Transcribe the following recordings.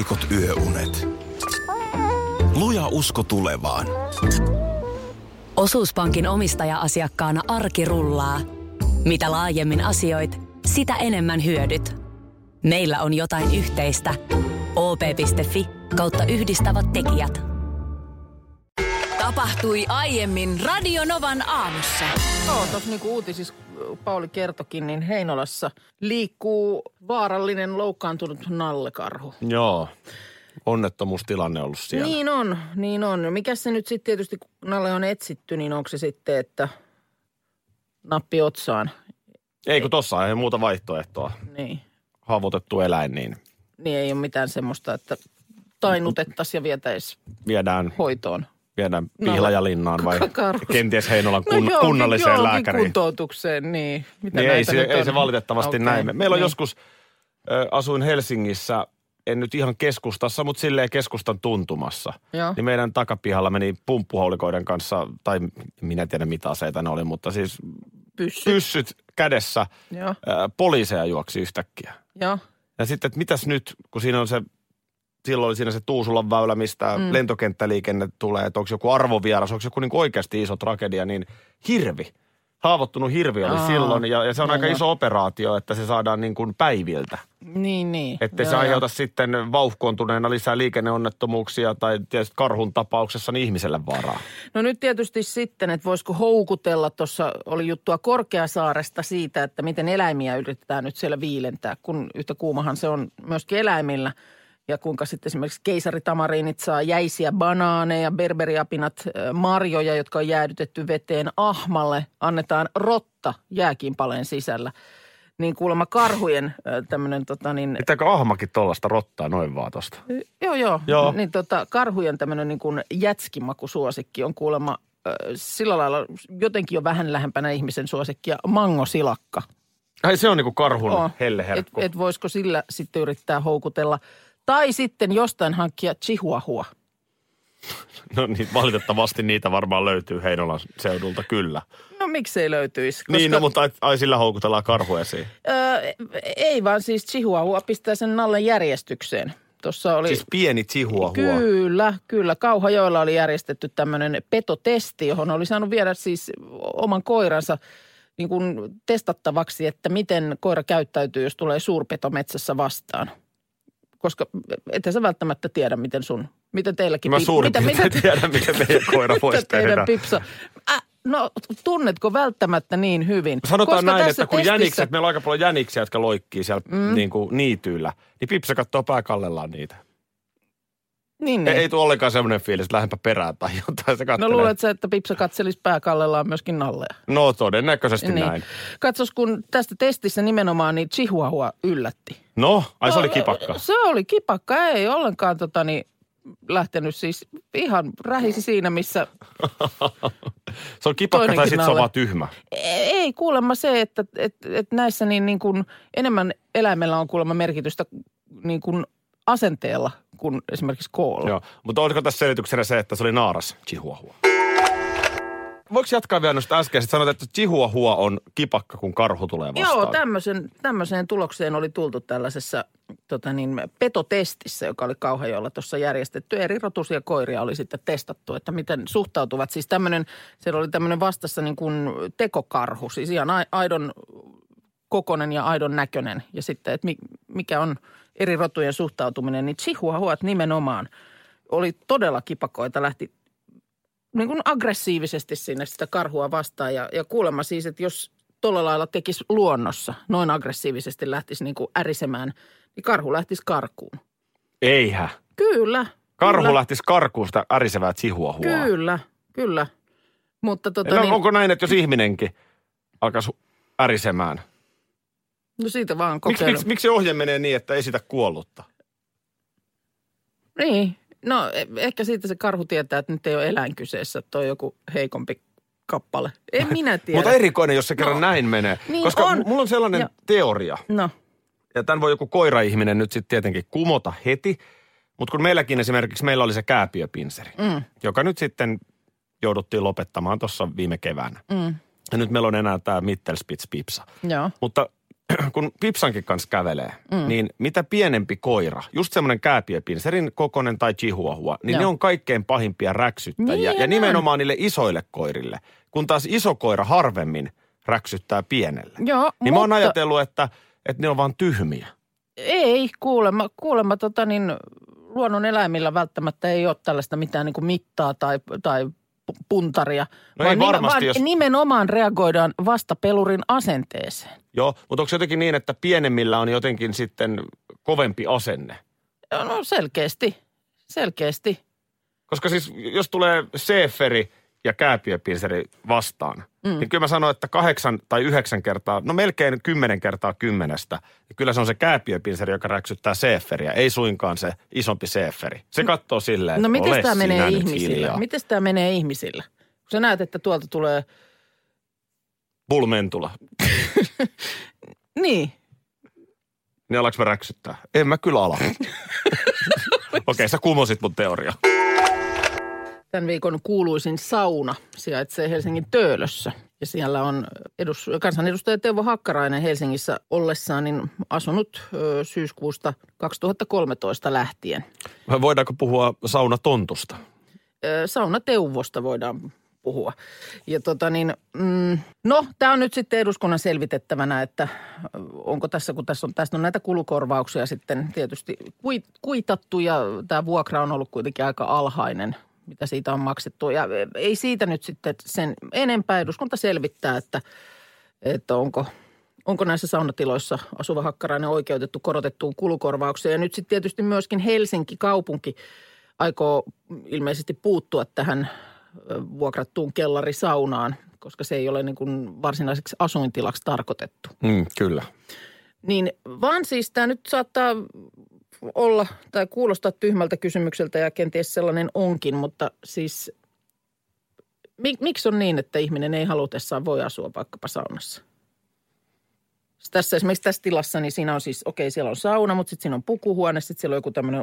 heikot yöunet. Luja usko tulevaan. Osuuspankin omistaja-asiakkaana arki rullaa. Mitä laajemmin asioit, sitä enemmän hyödyt. Meillä on jotain yhteistä. op.fi/yhdistävät tekijät. Tapahtui aiemmin Radio Novan aamussa. Tuossa niin kuin uutisissa Pauli kertokin, niin Heinolassa liikkuu vaarallinen loukkaantunut nallekarhu. Joo, onnettomuustilanne ollut siellä. Niin on. Mikäs se nyt sitten tietysti, kun nalle on etsitty, niin onko se sitten, että nappi otsaan? Ei, kun tossa ei muuta vaihtoehtoa. Niin. Haavoitettu eläin, niin... Niin ei ole mitään semmoista, että tainnutettaisiin ja viedään hoitoon. Viedään Pihlajalinnaan vai kenties Heinolan kunnalliseen lääkäriin. Kuntoutukseen, niin. Niin ei se valitettavasti näin. Meillä on joskus, asuin Helsingissä, en nyt ihan keskustassa, mutta silleen keskustan tuntumassa. Joo. Niin meidän takapihalla meni pumppuhaulikoiden kanssa, tai minä tiedän mitä aseita ne oli, mutta siis pyssyt kädessä. Poliiseja juoksi yhtäkkiä. Joo. Ja sitten, että mitäs nyt, kun siinä on silloin oli siinä se Tuusulan väylä, mistä lentokenttäliikenne tulee, että onko joku arvovieras, onko joku niin oikeasti iso tragedia, niin hirvi. Haavoittunut hirvi oli silloin ja se on aika iso operaatio, että se saadaan niin kuin päiviltä. Niin. Että se aiheuta sitten vauhkoontuneena lisää liikenneonnettomuuksia tai tietysti karhun tapauksessa niin ihmiselle vaaraa. No nyt tietysti sitten, että voisiko houkutella, tuossa oli juttua Korkeasaaresta siitä, että miten eläimiä yritetään nyt siellä viilentää, kun yhtä kuumahan se on myöskin eläimillä. Ja kuinka sitten esimerkiksi keisaritamariinit saa jäisiä banaaneja, berberiapinat, marjoja, jotka on jäädytetty veteen ahmalle. Annetaan rotta jääkimpaleen sisällä. Niin kuulemma karhujen tämmöinen Pitääkö ahmakin tollaista rottaa noin vaan tosta? Joo. Niin karhujen tämmöinen niin kuin jätskimakusuosikki on kuulemma sillä lailla jotenkin jo vähän lähempänä ihmisen suosikkia mangosilakka. Ai se on niin kuin karhun helleherkku. Et voisiko sillä sitten yrittää houkutella. Tai sitten jostain hankkia chihuahua. No niin, valitettavasti niitä varmaan löytyy Heinolan seudulta kyllä. No miksei löytyisi? Koska... Niin, no, mutta sillä houkutellaan karhu esiin. Ei vaan siis chihuahua pistää sen nallen järjestykseen. Tuossa oli... Siis pieni chihuahua. Kyllä. Kauhajoella oli järjestetty tämmöinen petotesti, johon oli saanut viedä siis oman koiransa niin kuin testattavaksi, että miten koira käyttäytyy, jos tulee suurpeto metsässä vastaan. Koska ethän sä välttämättä tiedä, miten teilläkin... Mä suurin piirtein tiedän, miten meidän koira voisi tehdä. Pipsa. No, tunnetko välttämättä niin hyvin? Sanotaan koska näin, että kun jänikset, meillä on aika paljon jäniksiä, jotka loikkii siellä niin kuin niityillä, niin Pipsa katsoo pääkallellaan niitä. Niin. Ei tule ollenkaan semmoinen fiilis, että lähdempä perään tai jotain se katselee. No luulet sä, että Pipsa katselisi pääkallellaan myöskin nalleja? No todennäköisesti näin. Katsos, kun tästä testissä nimenomaan niin chihuahua yllätti. No, se oli kipakka. Se oli kipakka, ei ollenkaan lähtenyt siis ihan rähisi siinä, missä... Se on kipakka tai sitten se on vaan tyhmä? Ei kuulemma se, että näissä niin kuin enemmän eläimellä on kuulemma merkitystä niin kuin asenteella kuin esimerkiksi koolla. Joo, mutta oliko tässä selityksenä se, että se oli naaras chihuahua? Voiko jatkaa vielä noista äskeistä? Sanoit, että chihuahua on kipakka, kun karhu tulee vastaan. Joo, tämmöiseen tulokseen oli tultu tällaisessa petotestissä, joka oli Kauhajoella tuossa järjestetty. Eri rotuisia koiria oli sitten testattu, että miten suhtautuvat. Siis siellä oli tämmöinen vastassa niin kuin tekokarhu, siis ihan aidon kokonen ja aidon näköinen. Ja sitten, että mikä on eri rotujen suhtautuminen, niin chihuahuat nimenomaan oli todella kipakoita, lähti niin kuin aggressiivisesti sinne sitä karhua vastaan. Ja kuulemma siis, että jos tuolla lailla tekisi luonnossa, noin aggressiivisesti lähtisi niin kuin ärisemään, niin karhu lähtisi karkuun. Eihän. Kyllä. Karhu lähtisi karkuun sitä ärisevää chihuahuaa. Kyllä. Mutta onko näin, että jos ihminenkin alkaisi ärisemään? No siitä vaan kokeilu. Miksi ohje menee niin, että esitä kuollutta? Niin. No ehkä siitä se karhu tietää, että nyt ei ole eläin kyseessä, että on joku heikompi kappale. En minä tiedä. Mutta erikoinen, jos se kerran näin menee. Niin koska mulla on sellainen teoria. No. Ja tämän voi joku koira-ihminen nyt sitten tietenkin kumota heti. Mutta kun meillä oli se kääpiöpinseri, joka nyt sitten jouduttiin lopettamaan tuossa viime keväänä. Ja nyt meillä on enää tämä Mittelspitz-pipsa. Joo. Mutta kun Pipsankin kanssa kävelee, niin mitä pienempi koira, just semmoinen kääpiöpinserin kokoinen tai chihuahua, niin ne on kaikkein pahimpia räksyttäjiä. Niin, ja nimenomaan niille isoille koirille, kun taas iso koira harvemmin räksyttää pienelle. Joo, niin mä oon ajatellut, että ne on vaan tyhmiä. Ei, kuulemma luonnon eläimillä välttämättä ei ole tällaista mitään niin kuin mittaa tai puntaria. No ei varmasti, vaan nimenomaan reagoidaan vastapelurin asenteeseen. Joo, mutta onko se jotenkin niin, että pienemmillä on jotenkin sitten kovempi asenne? No selkeästi. Koska siis jos tulee seeferi ja kääpiöpinseri vastaan, niin kyllä mä sanon, että 8 tai 9 kertaa, no melkein 10 kertaa 10. Ja kyllä se on se kääpiöpinseri, joka räksyttää seeferiä, ei suinkaan se isompi seeferi. Se katsoo silleen, että miten tämä menee ihmisillä? Miten tämä menee ihmisillä? Kun sä näet, että tuolta tulee... Bulmentula. Niin. Niin alaanko mä räksyttää? En mä kyllä ala. Okei, sä kumosit mun teoria. Tämän viikon kuuluisin sauna sijaitsee Helsingin Töölössä. Ja siellä on kansanedustaja Teuvo Hakkarainen Helsingissä ollessaan niin asunut syyskuusta 2013 lähtien. Voidaanko puhua saunatontusta? Saunateuvosta voidaan puhua. Ja tämä on nyt sitten eduskunnan selvitettävänä, että onko tässä, kun tästä on näitä kulukorvauksia sitten tietysti kuitattu ja tämä vuokra on ollut kuitenkin aika alhainen, mitä siitä on maksettu. Ja ei siitä nyt sitten sen enempää eduskunta selvittää, että onko näissä saunatiloissa asuva Hakkarainen oikeutettu korotettuun kulukorvaukseen. Ja nyt sitten tietysti myöskin Helsinki kaupunki aikoo ilmeisesti puuttua tähän vuokrattuun kellarisaunaan, koska se ei ole niin kuin varsinaiseksi asuintilaksi tarkoitettu. Kyllä. Niin vaan siis tämä nyt saattaa olla tai kuulostaa tyhmältä kysymykseltä ja kenties sellainen onkin, mutta siis miksi on niin, että ihminen ei halutessaan voi asua vaikkapa saunassa? Esimerkiksi tässä tilassa, niin siinä on siis, siellä on sauna, mutta sitten siinä on pukuhuone, sitten siellä on joku tämmöinen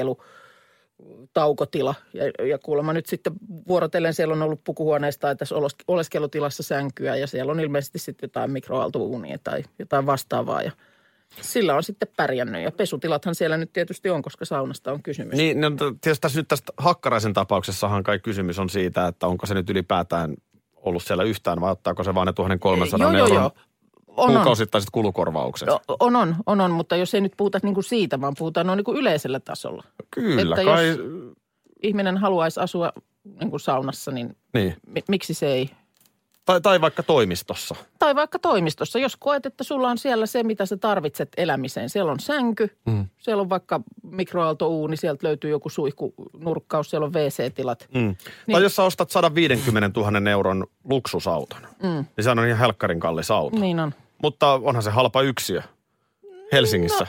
taukotila. Ja kuulemma nyt sitten vuorotellen siellä on ollut pukuhuoneesta tai tässä oleskelutilassa sänkyä ja siellä on ilmeisesti sitten jotain mikroaaltouunia tai jotain vastaavaa ja sillä on sitten pärjännyt ja pesutilathan siellä nyt tietysti on, koska saunasta on kysymys. Niin, no, tietysti tästä Hakkaraisen tapauksessahan kai kysymys on siitä, että onko se nyt ylipäätään ollut siellä yhtään vai ottaako se vaan ne 1300 euron kuukausittaiset kulukorvaukset? On, mutta jos ei nyt puhuta niin kuin siitä, vaan puhutaan noin niin kuin yleisellä tasolla. Kyllä, että kai. Jos ihminen haluaisi asua niin kuin saunassa, niin miksi se ei? Tai vaikka toimistossa. Tai vaikka toimistossa. Jos koet, että sulla on siellä se, mitä sä tarvitset elämiseen. Siellä on sänky, siellä on vaikka mikroaaltouuni, sieltä löytyy joku suihkunurkkaus, siellä on WC-tilat. Niin. Tai jos sä ostat 150 000 euron luksusauton, niin se on ihan helkkarin kallis auto. Niin on. Mutta onhan se halpa yksiö Helsingissä.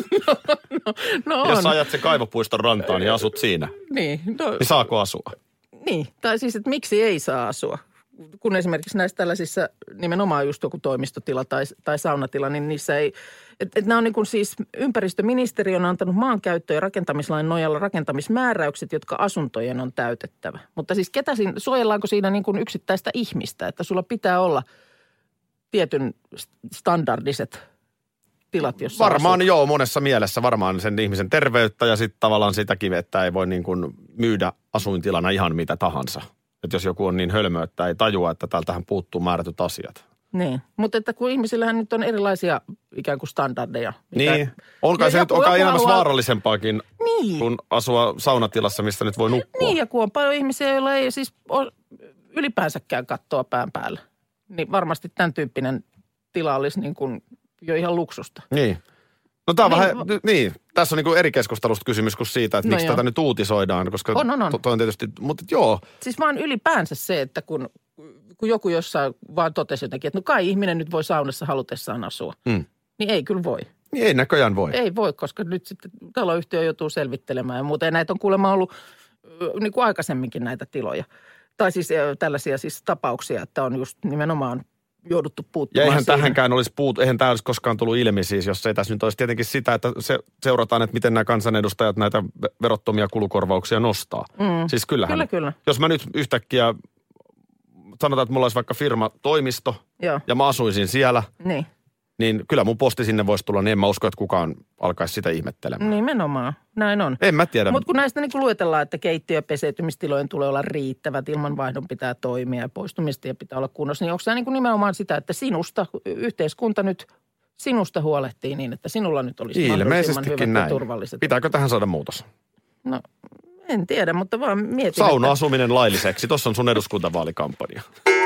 No jos sä ajat se Kaivopuiston rantaan ja asut siinä, niin saako asua? Niin, tai siis, että miksi ei saa asua? Kun esimerkiksi näissä tällaisissa nimenomaan just joku toimistotila tai saunatila, niin niissä ei, että nämä on niin kuin siis ympäristöministeriö on antanut maankäyttö- ja rakentamislain nojalla rakentamismääräykset, jotka asuntojen on täytettävä. Mutta siis suojellaanko siinä niin kuin yksittäistä ihmistä, että sulla pitää olla tietyn standardiset tilat, jos varmaan asut. Joo, monessa mielessä varmaan sen ihmisen terveyttä ja sitten tavallaan sitäkin, että ei voi niin kuin myydä asuintilana ihan mitä tahansa. Että jos joku on niin hölmö, että ei tajua, että täältähän puuttuu määrätyt asiat. Niin, mutta että kun ihmisillähän nyt on erilaisia ikään kuin standardeja. Niin, onkaan se nyt elämässä vaarallisempaakin kuin asua saunatilassa, mistä nyt voi nukkua. Niin, ja kun on paljon ihmisiä, joilla ei siis ole ylipäänsäkään kattoa pään päällä. Niin varmasti tämän tyyppinen tila olisi niin kuin jo ihan luksusta. Niin. No tämä on vähän, tässä on niin kuin eri keskustelusta kysymys kuin siitä, että miksi tätä nyt uutisoidaan, koska toi on tietysti, mutta joo. Siis vaan ylipäänsä se, että kun joku jossain vaan totesi jotenkin, että no kai ihminen nyt voi saunassa halutessaan asua, niin ei kyllä voi. Niin ei näköjään voi. Ei voi, koska nyt sitten taloyhtiö joutuu selvittelemään ja muuten näitä on kuulemma ollut niin kuin aikaisemminkin näitä tiloja. Tai siis tällaisia siis tapauksia, että on just nimenomaan jouduttu puuttumaan. Ja eihän tämä olisi koskaan tullut ilmi siis, jos ei tässä nyt olisi tietenkin sitä, että seurataan, että miten nämä kansanedustajat näitä verottomia kulukorvauksia nostaa. Siis kyllähän. Kyllä. Jos mä nyt yhtäkkiä sanotaan, että mulla olisi vaikka firmatoimisto ja mä asuisin siellä. Niin. niin kyllä mun posti sinne voisi tulla, niin en mä usko, että kukaan alkaisi sitä ihmettelemään. Nimenomaan, näin on. En mä tiedä. Mutta kun näistä niin luetellaan, että keittiö- ja peseytymistilojen tulee olla riittävät, ilmanvaihdon pitää toimia ja poistumistien pitää olla kunnossa, niin onko tämä niin nimenomaan sitä, että yhteiskunta nyt sinusta huolehtii niin, että sinulla nyt olisi mahdollisimman hyvät ja turvalliset. Pitääkö tähän saada muutos? No, en tiedä, mutta vaan mietin. Sauna-asuminen lailliseksi. Tuossa on sun eduskuntavaalikampanja.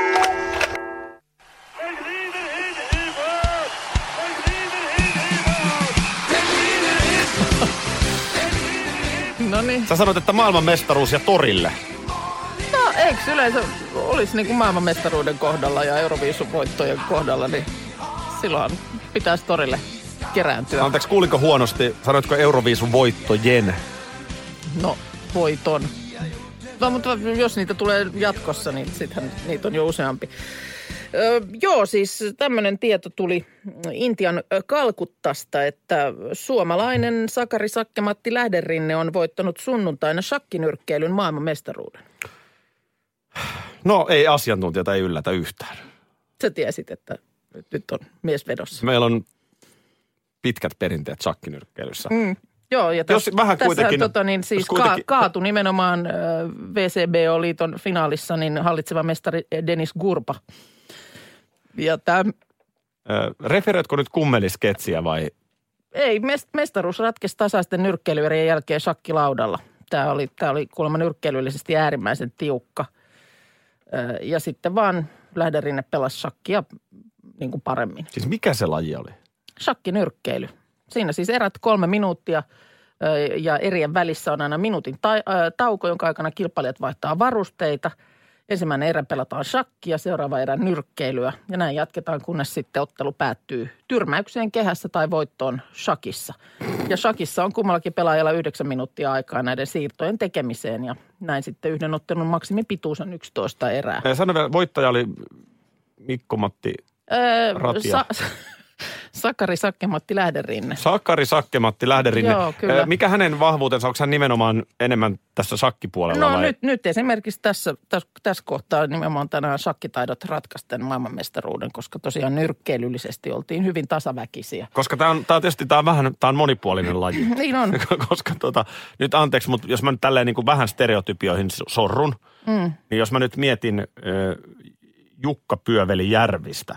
No niin. Sä sanoit, että maailmanmestaruus ja torille. No, eikö yleensä olisi niin kuin maailmanmestaruuden kohdalla ja Euroviisun voittojen kohdalla, niin silloin pitäisi torille kerääntyä. Anteeksi, kuulinko huonosti? Sanoitko Euroviisun voittojen? No, voiton. No, mutta jos niitä tulee jatkossa, niin sittenhän niitä on jo useampi. Joo, siis tämmöinen tieto tuli Intian Kalkuttasta, että suomalainen Sakari Sakke-Matti Lähderinne on voittanut sunnuntaina shakkinyrkkeilyn maailmanmestaruuden. No ei asiantuntijata ei yllätä yhtään. Sä tiesit, että nyt on mies vedossa. Meillä on pitkät perinteet shakkinyrkkeilyssä. Joo, ja jos vähän kuitenkin, siis kaatu nimenomaan WCBO-liiton finaalissa niin hallitseva mestari Denis Gurpa. Ja referoitko nyt kummelisketsiä vai? Ei, mestaruus ratkesi tasaisten nyrkkeilyerien jälkeen shakkilaudalla. Tämä oli kuulemma nyrkkeilyllisesti äärimmäisen tiukka. Ja sitten vaan Lähderinne pelasi shakkia niin kuin paremmin. Siis mikä se laji oli? Shakkinyrkkeily. Siinä siis erät 3 minuuttia ja erien välissä on aina minuutin tauko, jonka aikana kilpailijat vaihtaa varusteita. Ensimmäinen erä pelataan shakkia, seuraava erä nyrkkeilyä ja näin jatketaan, kunnes sitten ottelu päättyy tyrmäykseen kehässä tai voittoon shakissa. Ja shakissa on kummallakin pelaajalla 9 minuuttia aikaa näiden siirtojen tekemiseen ja näin sitten yhden ottelun maksimipituus on 11 erää. Sano vielä, voittaja oli Mikko-Matti Ratia. Sakari Sakke-Matti Lähderinne. Sakari Sakke-Matti Lähderinne. Joo, kyllä. Mikä hänen vahvuutensa? Onko hän nimenomaan enemmän tässä shakkipuolella? No nyt esimerkiksi tässä kohtaa nimenomaan tänään shakkitaidot ratkaisten maailmanmestaruuden, koska tosiaan nyrkkeilyllisesti oltiin hyvin tasaväkisiä. Koska tämä on monipuolinen laji. Niin on. Koska nyt anteeksi, mutta jos mä nyt tälleen niin kuin vähän stereotypioihin sorrun, niin jos mä nyt mietin Jukka Pyöveli Järvistä,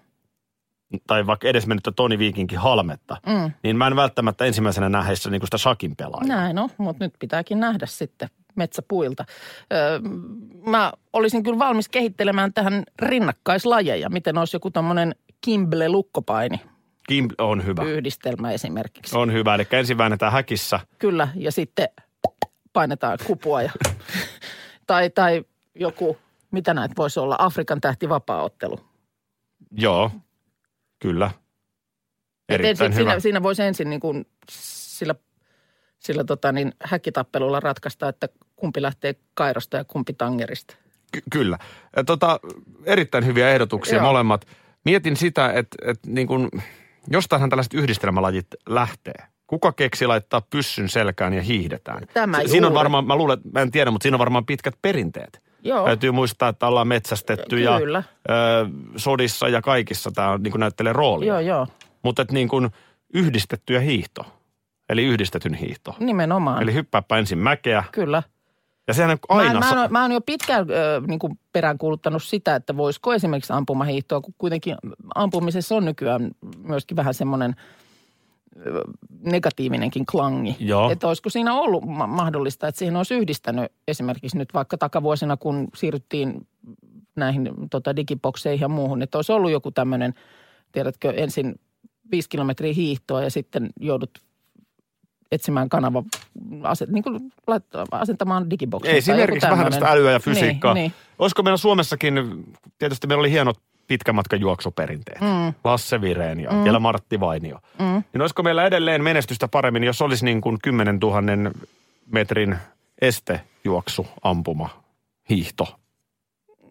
tai vaikka edesmennyttä Toni Viikinkin Halmetta, niin mä en välttämättä ensimmäisenä näe heissä niin kuin sitä shakin pelaajaa. Näin on, mutta nyt pitääkin nähdä sitten metsäpuilta. Mä olisin kyllä valmis kehittelemään tähän rinnakkaislajeja. Miten olisi joku tommoinen Kimble-lukkopaini? On hyvä. Yhdistelmä esimerkiksi. On hyvä, eli ensin väännetään häkissä. Kyllä, ja sitten painetaan kupua. Tai joku, mitä näitä voisi olla, Afrikan tähti vapaa-ottelu. Joo. Kyllä. Erittäin hyvä. Siinä voisi ensin niin kuin sillä häkkitappelulla ratkaista, että kumpi lähtee kairosta ja kumpi tangerista. Kyllä. Erittäin hyviä ehdotuksia molemmat. Mietin sitä, että niin kuin, jostainhan tällaiset yhdistelmälajit lähtee. Kuka keksi laittaa pyssyn selkään ja hiihdetään? Siinä on varmaan, mä luulen, mä en tiedä, mutta siinä on varmaan pitkät perinteet. Joo. Täytyy muistaa, että ollaan metsästetty Kyllä. ja sodissa ja kaikissa tämä niin kuin näyttelee roolia. Joo. Mutta niin kuin yhdistetty ja hiihto, eli yhdistetyn hiihto. Nimenomaan. Eli hyppääpä ensin mäkeä. Kyllä. Ja sehän aina... Mä oon jo pitkään niin kuin peräänkuuluttanut sitä, että voisiko esimerkiksi ampumahiihtoa, kun kuitenkin ampumisessa on nykyään myöskin vähän semmoinen negatiivinenkin klangi. Joo. Että olisiko siinä ollut mahdollista, että siihen olisi yhdistänyt esimerkiksi nyt vaikka takavuosina, kun siirryttiin näihin digibokseihin ja muuhun, että olisi ollut joku tämmöinen, tiedätkö, ensin 5 kilometriä hiihtoa ja sitten joudut etsimään kanava, niin kuin asentamaan digiboksia. Ei, esimerkiksi vähän sitä älyä ja fysiikkaa. Niin. Olisiko meillä Suomessakin, tietysti meillä oli hienot pitkänmatkan juoksuperinteet. Lasse Vireen ja vielä Martti Vainio. Niin olisiko meillä edelleen menestystä paremmin, jos olisi niin kuin 10 000 metrin estejuoksu, ampuma, hiihto?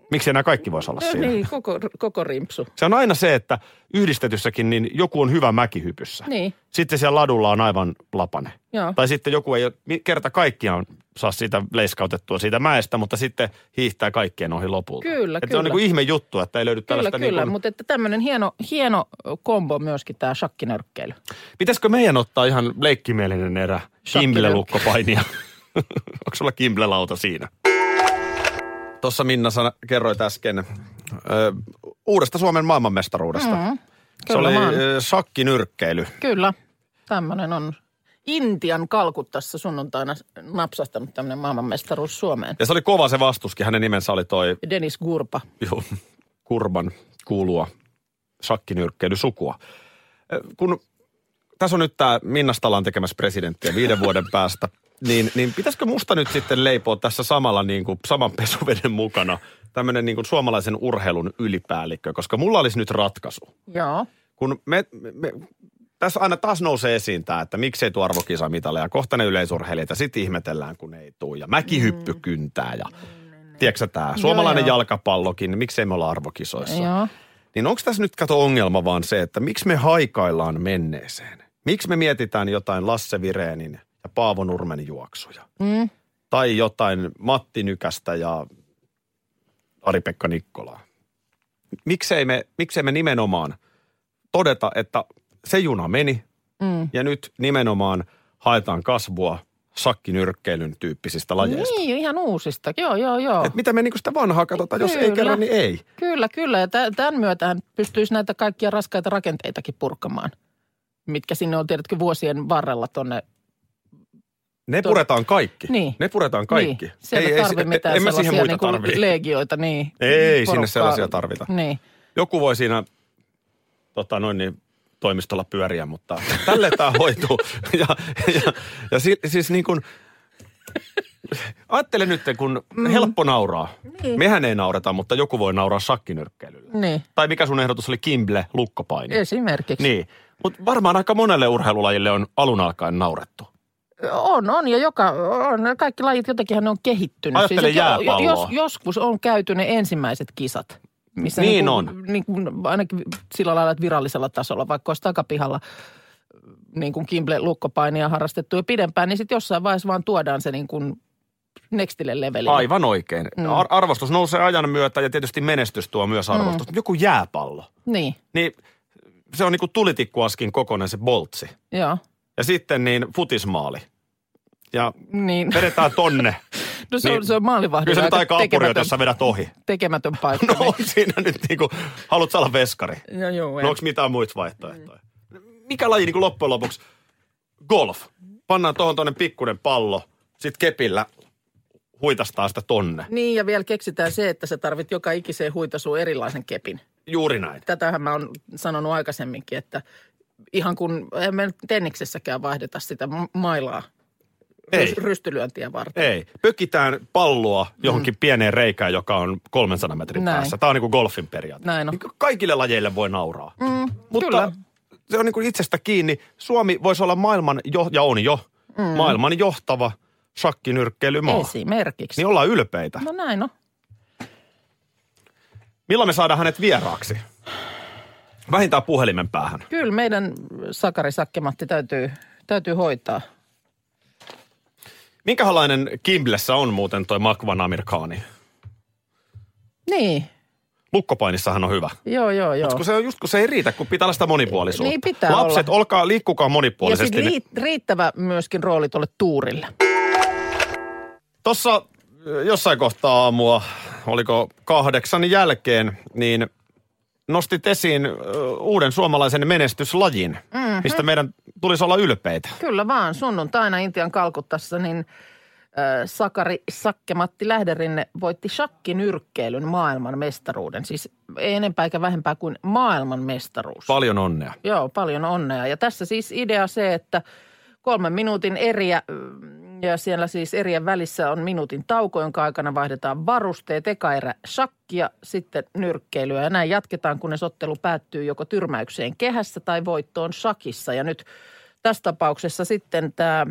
Miksi enää kaikki voisi olla siinä? Niin, koko rimpsu. Se on aina se, että yhdistetyssäkin niin joku on hyvä mäkihypyssä. Niin. Sitten siellä ladulla on aivan lapane. Joo. Tai sitten joku ei ole kerta kaikkiaan saa siitä leiskautettua siitä mäestä, mutta sitten hiihtää kaikkien ohi lopulta. Kyllä, että se on niin kuin ihme juttu, että ei löydy tällaista Kyllä, niin kuin... mutta että tämmöinen hieno kombo myöskin tämä shakkinörkkeily. Pitäisikö meidän ottaa ihan leikkimielinen erä Kimble-lukkopainia? Onko sulla Kimble-lauta siinä? Tuossa Minna kerroit äsken uudesta Suomen maailmanmestaruudesta. Se oli shakkinyrkkeily. Kyllä, tämmöinen on Intian Kalkuttassa sunnuntaina napsahtanut tämmöinen maailmanmestaruus Suomeen. Ja se oli kova se vastuskin, hänen nimensä oli toi... Dennis Gurpa. Joo, Kurban kuulua shakkinyrkkeilysukua. Kun tässä on nyt tämä Minna Stalan tekemässä presidenttiä 5 vuoden päästä, niin pitäisikö musta nyt sitten leipoa tässä samalla niin kuin saman pesuveden mukana tämmöinen niin kuin suomalaisen urheilun ylipäällikkö, koska mulla olisi nyt ratkaisu. Joo. Kun tässä aina taas nousee esiin tämä, että miksei tuo arvokisamitaleja, kohta ne yleisurheilijat ja sitten ihmetellään, kun ei tule. Ja mäkihyppy kyntää ja tiedätkö tämä suomalainen jalkapallokin, niin miksei me olla arvokisoissa. Joo. Niin onko tässä nyt ongelma vaan se, että miksi me haikaillaan menneeseen? Miksi me mietitään jotain Lasse Virénin ja Paavo Nurmen juoksuja? Tai jotain Matti Nykästä ja Ari-Pekka Nikkolaa? Miksei me nimenomaan todeta, että se juna meni ja nyt nimenomaan haetaan kasvua shakkinyrkkeilyn tyyppisistä lajeista. Niin, ihan uusista. Joo. Et mitä me niinku sitä vanhaa katsotaan, jos ei kerran, niin ei. Kyllä. Ja tämän myötähän pystyisi näitä kaikkia raskaita rakenteitakin purkamaan, mitkä sinne on, tiedätkö, vuosien varrella tonne. Ne puretaan kaikki. Niin. Ne puretaan kaikki. Niin. Siellä ei tarvitse mitään sellaisia niin legioita. Niin, ei sinne sellaisia tarvita. Niin. Joku voi siinä toimistolla pyöriä, mutta tälleen tämä hoituu. Ja siis niin kuin, ajattele nyt, kun helppo nauraa. Niin. Mehän ei naureta, mutta joku voi nauraa shakkinyrkkeilyllä. Niin. Tai mikä sun ehdotus oli, Kimble, lukkopaini. Esimerkiksi. Niin, mutta varmaan aika monelle urheilulajille on alun alkaen naurettu. On ja kaikki lajit jotenkin ne on kehittynyt. Ajattele jääpalloa. Joskus on käyty ne ensimmäiset kisat. Missä niin on. Niin kuin ainakin sillä lailla, että virallisella tasolla, vaikka olisi takapihalla niin kuin Kimble-lukkopainia harrastettu jo pidempään, niin sitten jossain vaiheessa vaan tuodaan se niin kuin nextille levelille. Aivan oikein. Arvostus nousee ajan myötä ja tietysti menestys tuo myös arvostus. Joku jääpallo. Niin se on niin kuin tulitikkuaskin kokoinen se boltsi. Joo. Ja sitten niin futismaali. Ja niin. vedetään tonne. No se on maalivahdilla. Kyllä se nyt aika apurioita, jos sä vedät ohi. Tekemätön paikka. No siinä nyt niinku, haluat sä olla veskari. Joo. No onks mitään muita vaihtoehtoja? Mikä laji niinku loppujen lopuksi? Golf. Pannaan tuonne pikkuinen pallo, sit kepillä huitastaa sitä tonne. Niin ja vielä keksitään se, että sä tarvit joka ikiseen huitasuun erilaisen kepin. Juuri näin. Tätähän mä oon sanonut aikaisemminkin, että ihan kun emme tenniksessäkään vaihdeta sitä mailaa. Rystylyöntiä varten. Ei. Pökitään palloa johonkin pieneen reikään, joka on 300 metrin päässä. Tämä on niin kuin golfin periaate. Näin on. Niin kaikille lajeille voi nauraa. Mutta kyllä. Se on niin kuin itsestä kiinni. Suomi voisi olla maailman maailman johtava shakkinyrkkeilymaa. Esimerkiksi. Niin ollaan ylpeitä. No näin on. Milloin me saadaan hänet vieraaksi? Vähintään puhelimen päähän. Kyllä meidän Sakari Sakkematti täytyy hoitaa. Minkälainen Kimblessä on muuten toi Makvan Amerikaani? Niin. Lukkopainissahan on hyvä. Joo. Mutta kun se ei riitä, kun pitää olla sitä monipuolisuutta. Niin pitää Lapset, liikkukaa monipuolisesti. Ja sitten riittävä myöskin rooli tuolle tuurille. Tuossa jossain kohtaa aamua, oliko 8 jälkeen, niin nostit esiin uuden suomalaisen menestyslajin, mistä meidän tulisi olla ylpeitä. Kyllä vaan. Sunnuntaina Intian Kalkuttassa niin Sakari Sakkematti Lähderinne voitti shakkinyrkkeilyn maailmanmestaruuden. Siis ei enempää eikä vähempää kuin maailmanmestaruus. Paljon onnea. Joo, paljon onnea. Ja tässä siis idea se, että 3 minuutin eriä ja siellä siis erien välissä on minuutin tauko, jonka aikana vaihdetaan varusteet. Eka erä shakkia, sitten nyrkkeilyä ja näin jatketaan, kunnes ottelu päättyy joko tyrmäykseen kehässä tai voittoon shakissa. Ja nyt tässä tapauksessa sitten tämä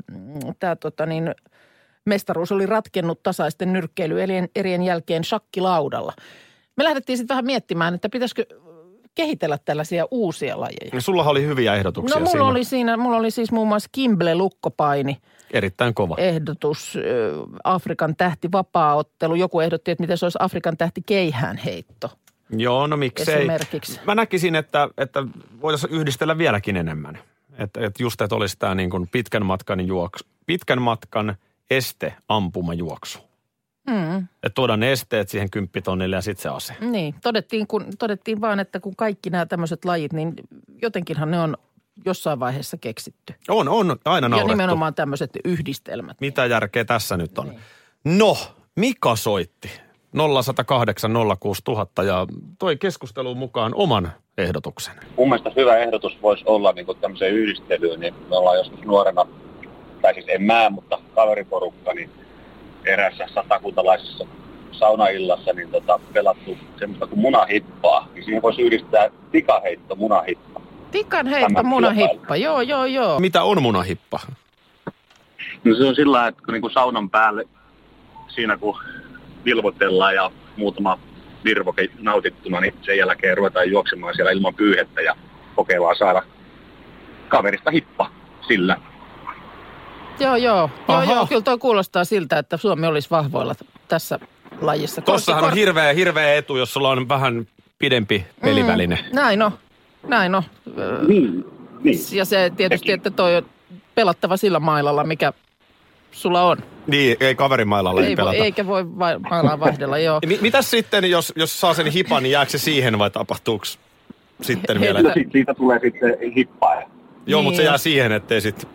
mestaruus oli ratkennut tasaisten nyrkkeilyerien jälkeen shakkilaudalla. Me lähdettiin sitten vähän miettimään, että pitäisikö kehitellä tällaisia uusia lajeja. Ja sullahan oli hyviä ehdotuksia siinä. Mulla oli siis muun muassa Kimble-lukkopaini. Erittäin kova. Ehdotus, Afrikan tähti vapaaottelu. Joku ehdotti, että miten se olisi Afrikan tähti keihäänheitto. Joo, no miksei. Esimerkiksi. Mä näkisin, että voitaisiin yhdistellä vieläkin enemmän. Että just, että olisi tämä niin kuin pitkän matkan ampumajuoksu. Että tuodaan esteet siihen 10 tonnille ja sitten se ase. Niin, todettiin vaan, että kun kaikki nämä tämmöiset lajit, niin jotenkinhan ne on jossain vaiheessa keksitty. On aina naurettu. Ja nimenomaan tämmöiset yhdistelmät. Mitä järkeä tässä nyt on? Niin. No, Mika soitti 0108 06000 ja toi keskusteluun mukaan oman ehdotuksen. Mun mielestä hyvä ehdotus voisi olla niin kuin tämmöiseen yhdistelyyn, niin me ollaan joskus nuorena, tai siis en mä, mutta kaveriporukka, niin eräässä satakuntalaisessa saunaillassa niin pelattu semmoista kuin munahippaa. Niin siihen voisi yhdistää tikaheitto, munahippa. Tikanheitto, munahippa, joo. Mitä on munahippa? No se on sillä lailla, että kun niin saunan päälle siinä kun vilvotellaan ja muutama virvoke nautittuna, niin sen jälkeen ruvetaan juoksemaan siellä ilman pyyhettä ja saada kaverista hippa sillä. Joo, kyllä toi kuulostaa siltä, että Suomi olisi vahvoilla tässä lajissa. Tossahan on hirveä etu, jos sulla on vähän pidempi peliväline. Näin on. Niin. Ja se tietysti, että toi on pelattava sillä mailalla, mikä sulla on. Niin, ei kaverimailalla ei pelata. Eikä voi mailaa vaihdella, joo. Mitäs sitten, jos saa sen hipan, niin jääkö se siihen vai tapahtuuko sitten vielä? Siitä tulee sitten hippaa. Joo, mutta se jää siihen, ettei sitten...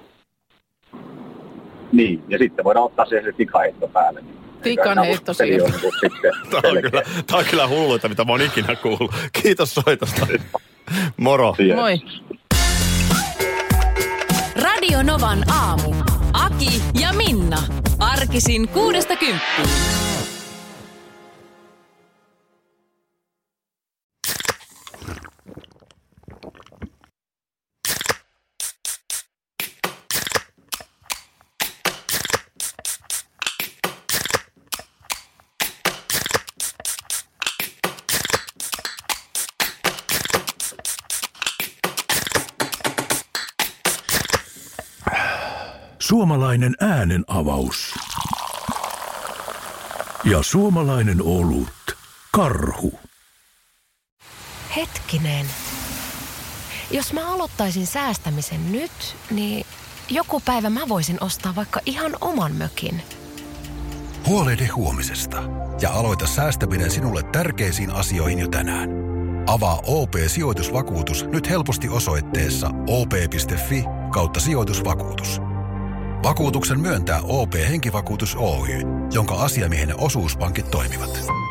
Niin, ja sitten voidaan ottaa se tikaheitto päälle. Tikanheitto siihen. Tämä on kyllä hulluita, mitä mä oon ikinä kuullut. Kiitos soitosta. Moro. Moi. Radio Novan aamu. Aki ja Minna. Arkisin 6–10. Suomalainen äänen avaus. Ja suomalainen olut. Karhu. Hetkinen. Jos mä aloittaisin säästämisen nyt, niin joku päivä mä voisin ostaa vaikka ihan oman mökin. Huolehdi huomisesta ja aloita säästäminen sinulle tärkeisiin asioihin jo tänään. Avaa OP-sijoitusvakuutus nyt helposti osoitteessa op.fi/sijoitusvakuutus. Vakuutuksen myöntää OP Henkivakuutus Oy, jonka asiamiehen osuuspankit toimivat.